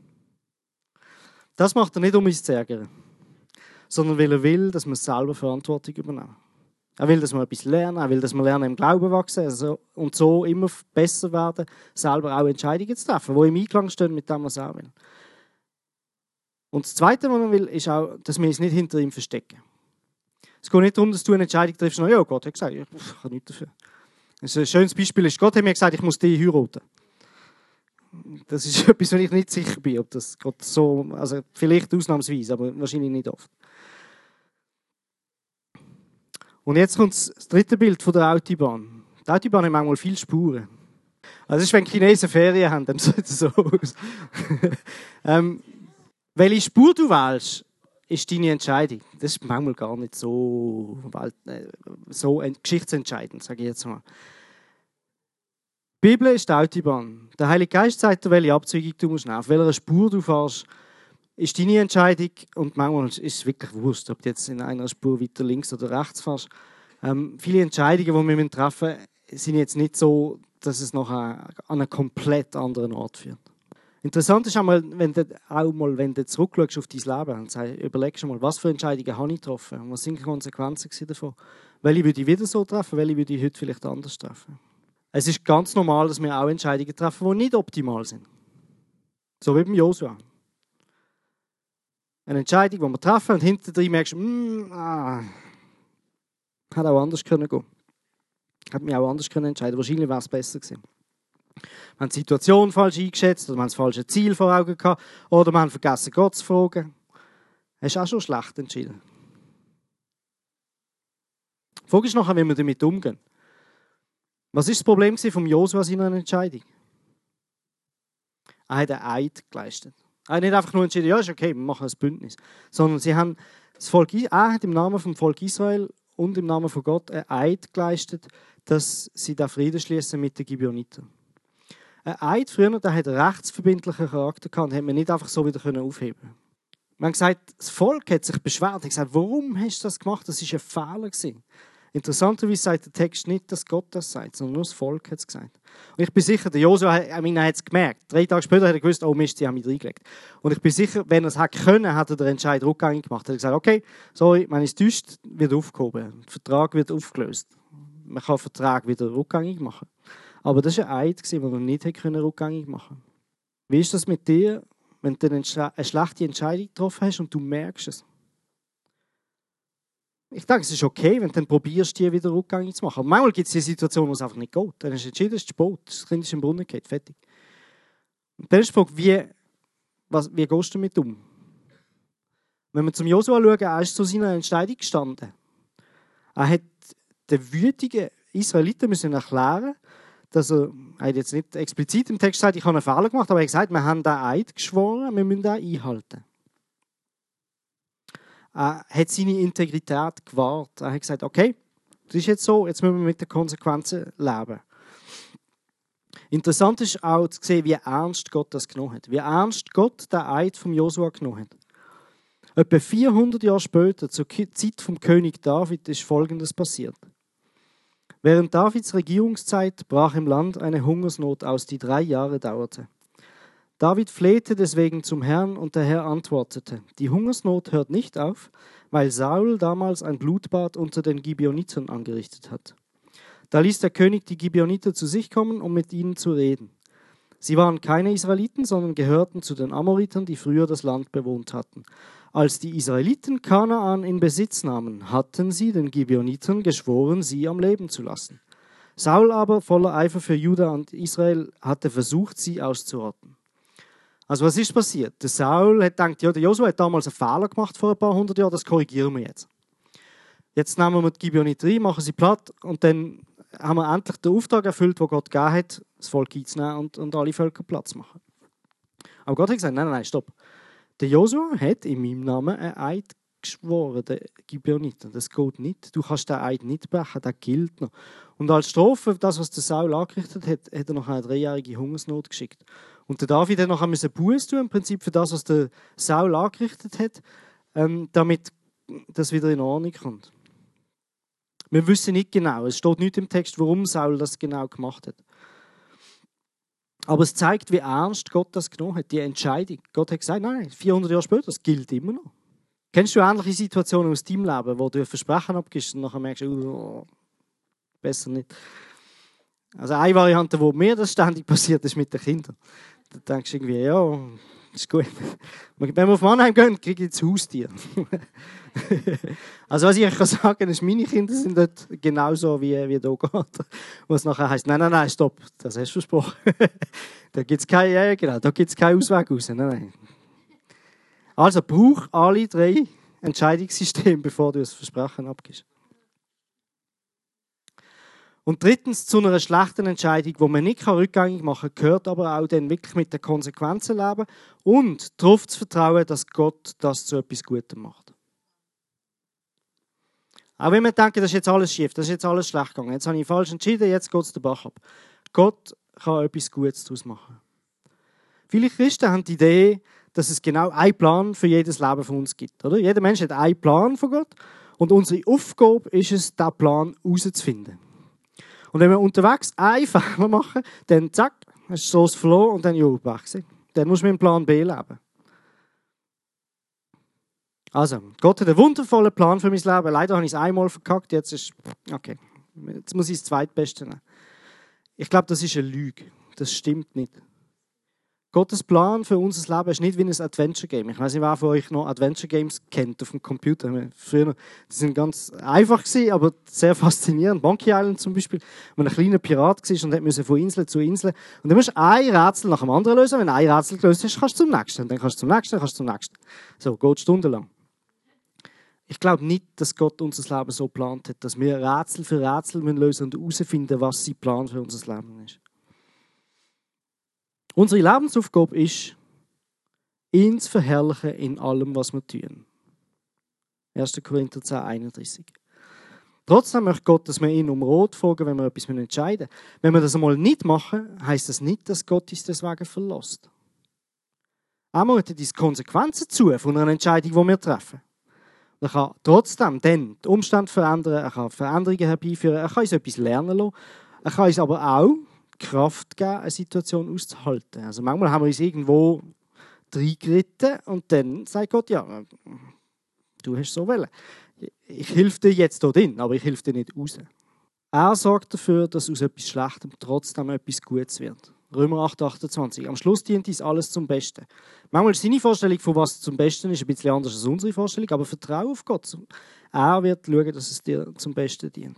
Das macht er nicht, um uns zu ärgern, sondern weil er will, dass wir selber Verantwortung übernehmen. Er will, dass wir etwas lernen, er will, dass wir lernen, im Glauben wachsen also, und so immer besser werden, selber auch Entscheidungen zu treffen, die im Einklang stehen mit dem, was er will. Und das Zweite, was er will, ist auch, dass wir uns nicht hinter ihm verstecken. Es geht nicht darum, dass du eine Entscheidung triffst, ja, Gott hat gesagt, ich kann nichts dafür. Ein schönes Beispiel ist, Gott hat mir gesagt, ich muss dich heiraten. Das ist etwas, wo ich nicht sicher bin, ob das Gott so, also vielleicht ausnahmsweise, aber wahrscheinlich nicht oft. Und jetzt kommt das dritte Bild von der Autobahn. Die Autobahn hat manchmal viele Spuren. Also das ist, wenn die Chinesen Ferien haben, dann sieht es so aus. ähm, welche Spur du wählst, ist deine Entscheidung. Das ist manchmal gar nicht so, so geschichtsentscheidend, sage ich jetzt mal. Die Bibel ist die Autobahn. Der Heilige Geist sagt dir, welche Abzweigung du musst nehmen, auf welcher Spur du fährst, ist deine Entscheidung. Und manchmal ist es wirklich wurscht, ob du jetzt in einer Spur weiter links oder rechts fährst. Ähm, viele Entscheidungen, die wir treffen müssen, sind jetzt nicht so, dass es noch an einen komplett anderen Ort führt. Interessant ist auch mal, wenn du, auch mal, wenn du zurückschaust auf dein Leben und sagst, überlegst du mal, was für Entscheidungen habe ich getroffen und was sind die Konsequenzen davon? Welche würde ich wieder so treffen, welche würde ich heute vielleicht anders treffen? Es ist ganz normal, dass wir auch Entscheidungen treffen, die nicht optimal sind. So wie beim Josua. Eine Entscheidung, die wir treffen und hinterher merkst du, mm, ah, hätte auch anders können gehen. Hätte mich auch anders können entscheiden. Wahrscheinlich wäre es besser gewesen. Wir haben die Situation falsch eingeschätzt oder wir haben das falsche Ziel vor Augen gehabt oder wir haben vergessen, Gott zu fragen. Hast du auch schon schlecht entschieden. Die Frage ist nachher, wie wir damit umgehen. Was war das Problem von Josua seiner Entscheidung? Er hat einen Eid geleistet. Er hat nicht einfach nur entschieden, ja, ist okay, wir machen ein Bündnis. Sondern sie haben das Volk, er hat im Namen vom Volk Israel und im Namen von Gott einen Eid geleistet, dass sie da Frieden schließen mit den Gibeoniten. Ein Eid früher, der hat einen rechtsverbindlichen Charakter gehabt und hat man nicht einfach so wieder aufheben können. Man hat gesagt, das Volk hat sich beschwert. hat gesagt, warum hast du das gemacht? Das war ein Fehler gewesen. Interessanterweise sagt der Text nicht, dass Gott das sagt, sondern nur das Volk hat es gesagt. Und ich bin sicher, der Josua hat es gemerkt. Drei Tage später hat er gewusst, oh Mist, die haben mich reingelegt. Und ich bin sicher, wenn er es hätte können, hat er den Entscheid rückgängig gemacht. Er hat gesagt, okay, sorry, wenn es täuscht, wird aufgehoben. Der Vertrag wird aufgelöst. Man kann den Vertrag wieder rückgängig machen. Aber das war ein Eid, den er nicht rückgängig machen konnte. Wie ist das mit dir, wenn du eine schlechte Entscheidung getroffen hast und du merkst es? Ich denke, es ist okay, wenn du dann probierst, die wieder rückgängig zu machen. Aber manchmal gibt es die Situation, wo es einfach nicht geht. Dann hast du entschieden, es ist Boot, das Kind ist im Brunnen gefallen, fertig. Und dann ist die Frage, wie, was, wie gehst du damit um? Wenn wir zum Josua schauen, er ist zu seiner Entscheidung gestanden. Er hat den wütigen Israeliten müssen erklären, dass er, er hat jetzt nicht explizit im Text gesagt, ich habe einen Fehler gemacht, aber er hat gesagt, wir haben den Eid geschworen, wir müssen den einhalten. Er hat seine Integrität gewahrt. Er hat gesagt, okay, das ist jetzt so, jetzt müssen wir mit den Konsequenzen leben. Interessant ist auch zu sehen, wie ernst Gott das genommen hat. Wie ernst Gott den Eid vom Josua genommen hat. Etwa vierhundert Jahre später, zur Zeit vom König David, ist Folgendes passiert. Während Davids Regierungszeit brach im Land eine Hungersnot aus, die drei Jahre dauerte. David flehte deswegen zum Herrn und der Herr antwortete, die Hungersnot hört nicht auf, weil Saul damals ein Blutbad unter den Gibeoniten angerichtet hat. Da ließ der König die Gibeoniter zu sich kommen, um mit ihnen zu reden. Sie waren keine Israeliten, sondern gehörten zu den Amoritern, die früher das Land bewohnt hatten. Als die Israeliten Kanaan in Besitz nahmen, hatten sie den Gibeonitern geschworen, sie am Leben zu lassen. Saul aber, voller Eifer für Juda und Israel, hatte versucht, sie auszurotten. Also was ist passiert? Der Saul hat gedacht, ja, der Josua hat damals einen Fehler gemacht vor ein paar hundert Jahren, das korrigieren wir jetzt. Jetzt nehmen wir die Gibeoniter rein, machen sie platt und dann haben wir endlich den Auftrag erfüllt, den Gott gegeben hat, das Volk einzunehmen und, und alle Völker Platz zu machen. Aber Gott hat gesagt, nein, nein, nein, stopp. Der Josua hat in meinem Namen einen Eid geschworen, der Gibeoniter. Das geht nicht. Du kannst den Eid nicht brechen, der gilt noch. Und als Strafe, das, was der Saul angerichtet hat, hat er noch eine dreijährige Hungersnot geschickt. Und der David hat noch ein Buß tun, im Prinzip für das, was der Saul angerichtet hat, ähm, damit das wieder in Ordnung kommt. Wir wissen nicht genau, es steht nicht im Text, warum Saul das genau gemacht hat. Aber es zeigt, wie ernst Gott das genommen hat, die Entscheidung. Gott hat gesagt, nein, vierhundert Jahre später, das gilt immer noch. Kennst du ähnliche Situationen aus deinem Leben, wo du ein Versprechen abgibst und nachher merkst, oh, besser nicht. Also eine Variante, wo mir das ständig passiert, ist mit den Kindern. Da denkst du irgendwie, ja, ist gut. Wenn wir auf Mannheim gehen, kriege ich das Haustier. Also was ich euch sagen kann, ist, meine Kinder sind dort genauso wie, wie hier geht. Wo es nachher heisst, nein, nein, nein, stopp, das hast du versprochen. Da gibt es keinen, ja, genau, da gibt's keinen Ausweg raus. Nein, nein. Also brauch alle drei Entscheidungssysteme, bevor du das Versprechen abgibst. Und drittens, zu einer schlechten Entscheidung, die man nicht rückgängig machen kann, gehört aber auch dann wirklich mit den Konsequenzen leben und darauf zu vertrauen, dass Gott das zu etwas Gutem macht. Auch wenn wir denken, das ist jetzt alles schief, das ist jetzt alles schlecht gegangen, jetzt habe ich falsch entschieden, jetzt geht es den Bach ab. Gott kann etwas Gutes daraus machen. Viele Christen haben die Idee, dass es genau einen Plan für jedes Leben von uns gibt. Oder? Jeder Mensch hat einen Plan von Gott und unsere Aufgabe ist es, diesen Plan herauszufinden. Und wenn wir unterwegs einen Fehler machen, dann zack, hast du so das verloren und dann ja, weg. Dann musst du mit dem Plan B leben. Also, Gott hat einen wundervollen Plan für mein Leben. Leider habe ich es einmal verkackt, jetzt ist okay. Jetzt muss ich das Zweitbeste nehmen. Ich glaube, das ist eine Lüge. Das stimmt nicht. Gottes Plan für unser Leben ist nicht wie ein Adventure-Game. Ich weiß nicht, wer von euch noch Adventure-Games kennt auf dem Computer. Früher, die sind ganz einfach gewesen, aber sehr faszinierend. Monkey Island zum Beispiel, wo ein kleiner Pirat war und musste von Insel zu Insel. Und dann musst du ein Rätsel nach dem anderen lösen. Wenn du ein Rätsel gelöst hast, kannst du zum nächsten. Dann kannst du zum nächsten, dann kannst du zum nächsten. So, geht stundenlang. Ich glaube nicht, dass Gott unser Leben so geplant hat, dass wir Rätsel für Rätsel lösen müssen und herausfinden, was sein Plan für unser Leben ist. Unsere Lebensaufgabe ist, ihn zu verherrlichen in allem, was wir tun. erster Korinther zehn, einunddreißig. Trotzdem möchte Gott, dass wir ihn um Rat fragen, wenn wir etwas entscheiden müssen. Wenn wir das einmal nicht machen, heisst das nicht, dass Gott uns deswegen verlässt. Einmal hat es Konsequenzen zu von einer Entscheidung, die wir treffen. Er kann trotzdem dann die Umstände verändern, er kann Veränderungen herbeiführen, er kann uns etwas lernen lassen, er kann uns aber auch Kraft geben, eine Situation auszuhalten. Also manchmal haben wir uns irgendwo reingeritten und dann sagt Gott, ja, du hast so wollen. Ich helfe dir jetzt hier drin, aber ich helfe dir nicht raus. Er sorgt dafür, dass aus etwas Schlechtem trotzdem etwas Gutes wird. Römer acht, achtundzwanzig. Am Schluss dient uns alles zum Besten. Manchmal ist seine Vorstellung, von was zum Besten ist, ein bisschen anders als unsere Vorstellung, aber vertraue auf Gott. Er wird schauen, dass es dir zum Besten dient.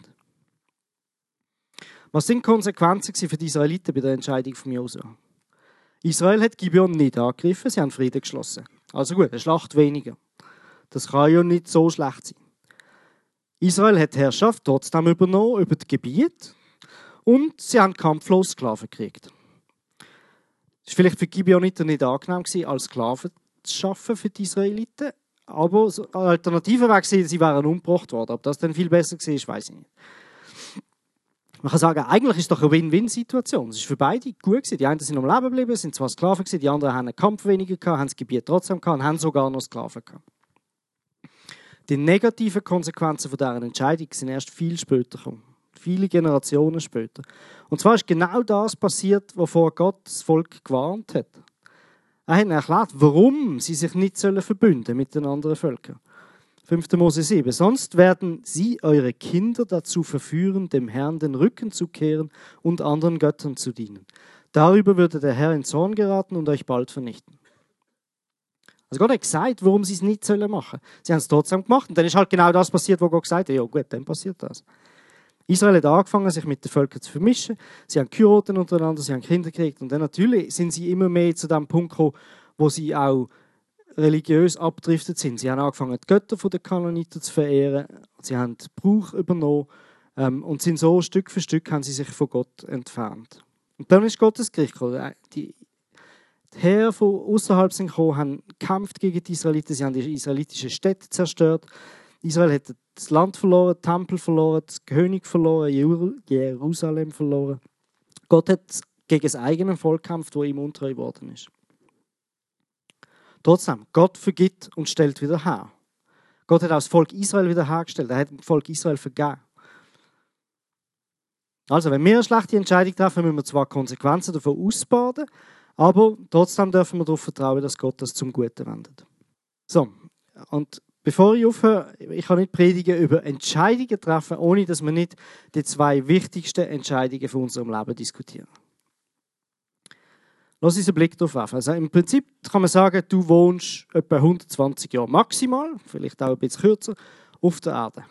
Was sind die Konsequenzen für die Israeliten bei der Entscheidung von Josua? Israel hat Gibeon nicht angegriffen, sie haben Frieden geschlossen. Also gut, eine Schlacht weniger. Das kann ja nicht so schlecht sein. Israel hat die Herrschaft trotzdem übernommen über das Gebiet und sie haben kampflos Sklaven gekriegt. Es war vielleicht für die Gibeoniter nicht angenehm gewesen, als Sklaven zu arbeiten für die Israeliten, aber eine Alternative wäre gewesen, sie wären umgebracht worden. Ob das dann viel besser war, weiß ich nicht. Man kann sagen, eigentlich ist es doch eine Win-Win-Situation. Es war für beide gut gewesen. Die einen sind am Leben geblieben, sind zwar Sklaven gewesen, die anderen haben einen Kampf weniger gehabt, haben das Gebiet trotzdem gehabt und haben sogar noch Sklaven gehabt. Die negativen Konsequenzen von dieser Entscheidung sind erst viel später gekommen. Viele Generationen später. Und zwar ist genau das passiert, wovor Gott das Volk gewarnt hat. Er hat ihnen erklärt, warum sie sich nicht verbünden sollen mit den anderen Völkern. fünfter Mose sieben. Sonst werden sie eure Kinder dazu verführen, dem Herrn den Rücken zu kehren und anderen Göttern zu dienen. Darüber würde der Herr in Zorn geraten und euch bald vernichten. Also Gott hat gesagt, warum sie es nicht machen sollen. Sie haben es trotzdem gemacht. Und dann ist halt genau das passiert, was Gott gesagt hat. Ja gut, dann passiert das. Israel hat angefangen, sich mit den Völkern zu vermischen. Sie haben geheiratet untereinander, sie haben Kinder gekriegt. Und dann natürlich sind sie immer mehr zu dem Punkt gekommen, wo sie auch religiös abgedriftet sind. Sie haben angefangen, die Götter der Kananiter zu verehren. Sie haben den Brauch übernommen. Ähm, und sind so Stück für Stück haben sie sich von Gott entfernt. Und dann ist Gottes Gericht gekommen. Die Die Heere von außerhalb sind gekommen, haben gekämpft gegen die Israeliten. Sie haben die israelitischen Städte zerstört. Israel hat das Land verloren, den Tempel verloren, den König verloren, Jerusalem verloren. Gott hat gegen das eigene Volk gekämpft, das ihm untreu geworden ist. Trotzdem, Gott vergibt und stellt wieder her. Gott hat auch das Volk Israel wieder hergestellt. Er hat dem Volk Israel vergeben. Also, wenn wir eine schlechte Entscheidung treffen, müssen wir zwar Konsequenzen davon ausbaden, aber trotzdem dürfen wir darauf vertrauen, dass Gott das zum Guten wendet. So, und bevor ich aufhöre, ich kann nicht predigen über Entscheidungen treffen, ohne dass wir nicht die zwei wichtigsten Entscheidungen von unserem Leben diskutieren. Lass uns einen Blick darauf werfen. Also im Prinzip kann man sagen, du wohnst etwa hundertzwanzig Jahre maximal, vielleicht auch ein bisschen kürzer, auf der Erde.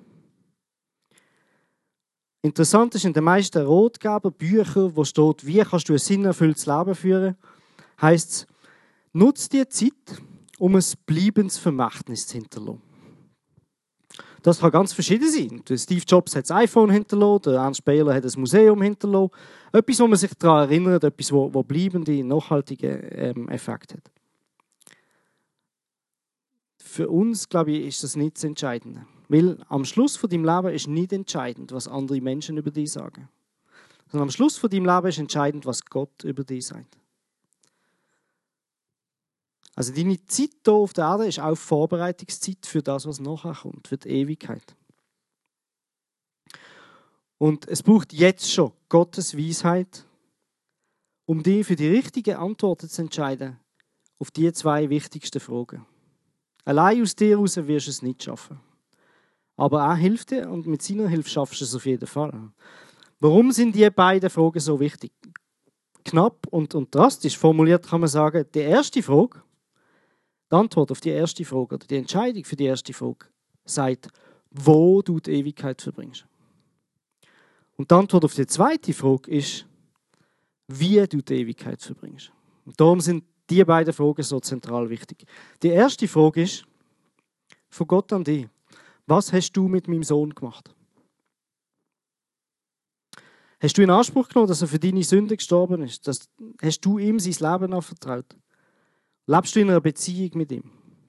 Interessant ist in den meisten Ratgeber-Büchern, wo steht, wie kannst du ein sinnerfülltes Leben führen, heisst es, nutze die Zeit, um ein bleibendes Vermächtnis zu hinterlassen. Das kann ganz verschieden sein. Der Steve Jobs hat das iPhone hinterlassen, der Ernst Baylor hat ein Museum hinterlassen. Etwas, wo man sich daran erinnert, etwas, wo, wo bleibende, nachhaltige ähm, Effekte hat. Für uns, glaube ich, ist das nicht das Entscheidende. Weil am Schluss von deinem Leben ist nicht entscheidend, was andere Menschen über dich sagen. Sondern am Schluss von deinem Leben ist entscheidend, was Gott über dich sagt. Also deine Zeit hier auf der Erde ist auch Vorbereitungszeit für das, was nachher kommt, für die Ewigkeit. Und es braucht jetzt schon Gottes Weisheit, um dich für die richtigen Antworten zu entscheiden auf die zwei wichtigsten Fragen. Allein aus dir heraus wirst du es nicht schaffen. Aber er hilft dir und mit seiner Hilfe schaffst du es auf jeden Fall. Warum sind die beiden Fragen so wichtig? Knapp und, und drastisch formuliert kann man sagen, die erste Frage, die Antwort auf die erste Frage oder die Entscheidung für die erste Frage sagt, wo du die Ewigkeit verbringst. Und die Antwort auf die zweite Frage ist, wie du die Ewigkeit verbringst. Und darum sind die beiden Fragen so zentral wichtig. Die erste Frage ist, von Gott an dich, was hast du mit meinem Sohn gemacht? Hast du in Anspruch genommen, dass er für deine Sünden gestorben ist? Das, hast du ihm sein Leben anvertraut? Lebst du in einer Beziehung mit ihm?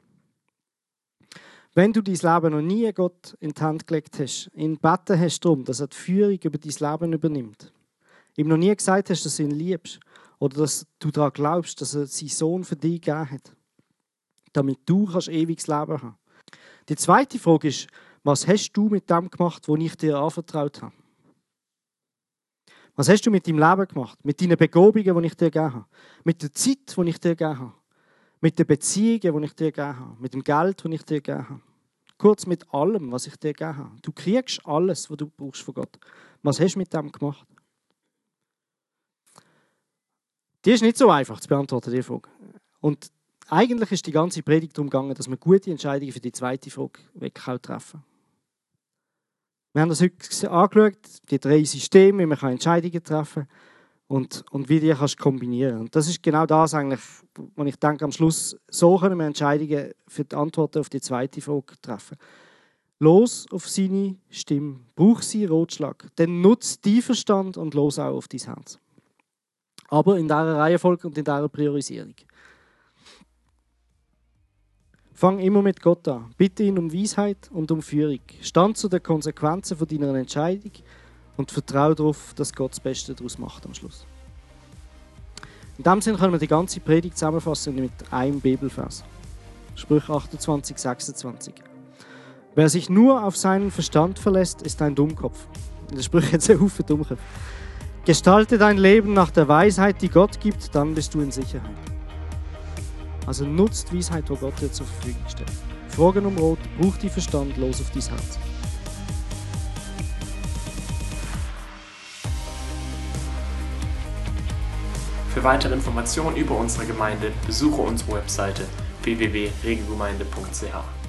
Wenn du dein Leben noch nie Gott in die Hand gelegt hast, ihn gebeten hast darum, dass er die Führung über dein Leben übernimmt, ihm noch nie gesagt hast, dass du ihn liebst oder dass du daran glaubst, dass er seinen Sohn für dich gegeben hat, damit du kannst ewiges Leben haben. Die zweite Frage ist, was hast du mit dem gemacht, was ich dir anvertraut habe? Was hast du mit deinem Leben gemacht? Mit deinen Begabungen, die ich dir gegeben habe? Mit der Zeit, die ich dir gegeben habe? Mit den Beziehungen, die ich dir gegeben habe? Mit dem Geld, das ich dir gegeben habe? Kurz mit allem, was ich dir gegeben habe. Du kriegst alles, was du brauchst von Gott. Was hast du mit dem gemacht? Die ist nicht so einfach zu beantworten, die Frage. Und eigentlich ist die ganze Predigt darum gegangen, dass man gute Entscheidungen für die zweite Frage wirklich treffen kann. Wir haben das heute angeschaut, die drei Systeme, wie man Entscheidungen treffen kann und, und wie die kannst kombinieren. Und das ist genau das eigentlich, was ich denke, am Schluss so können wir Entscheidungen für die Antworten auf die zweite Frage treffen. Los auf seine Stimme, brauch seinen Ratschlag, dann nutz deinen Verstand und los auch auf dein Herz. Aber in dieser Reihenfolge und in dieser Priorisierung. Fang immer mit Gott an. Bitte ihn um Weisheit und um Führung. Stand zu den Konsequenzen von deiner Entscheidung und vertraue darauf, dass Gott das Beste daraus macht am Schluss. In diesem Sinne können wir die ganze Predigt zusammenfassen mit einem Bibelvers. Sprüche achtundzwanzig, sechsundzwanzig. Wer sich nur auf seinen Verstand verlässt, ist ein Dummkopf. In der Sprüche hat es einen Haufen Dummköpfe. Gestalte dein Leben nach der Weisheit, die Gott gibt, dann bist du in Sicherheit. Also nutzt die Weisheit, die Gott dir zur Verfügung stellt. Fragen um Rot, brauch die Verstand, los auf dein Herz. Für weitere Informationen über unsere Gemeinde besuche unsere Webseite w w w punkt regelgemeinde punkt c h.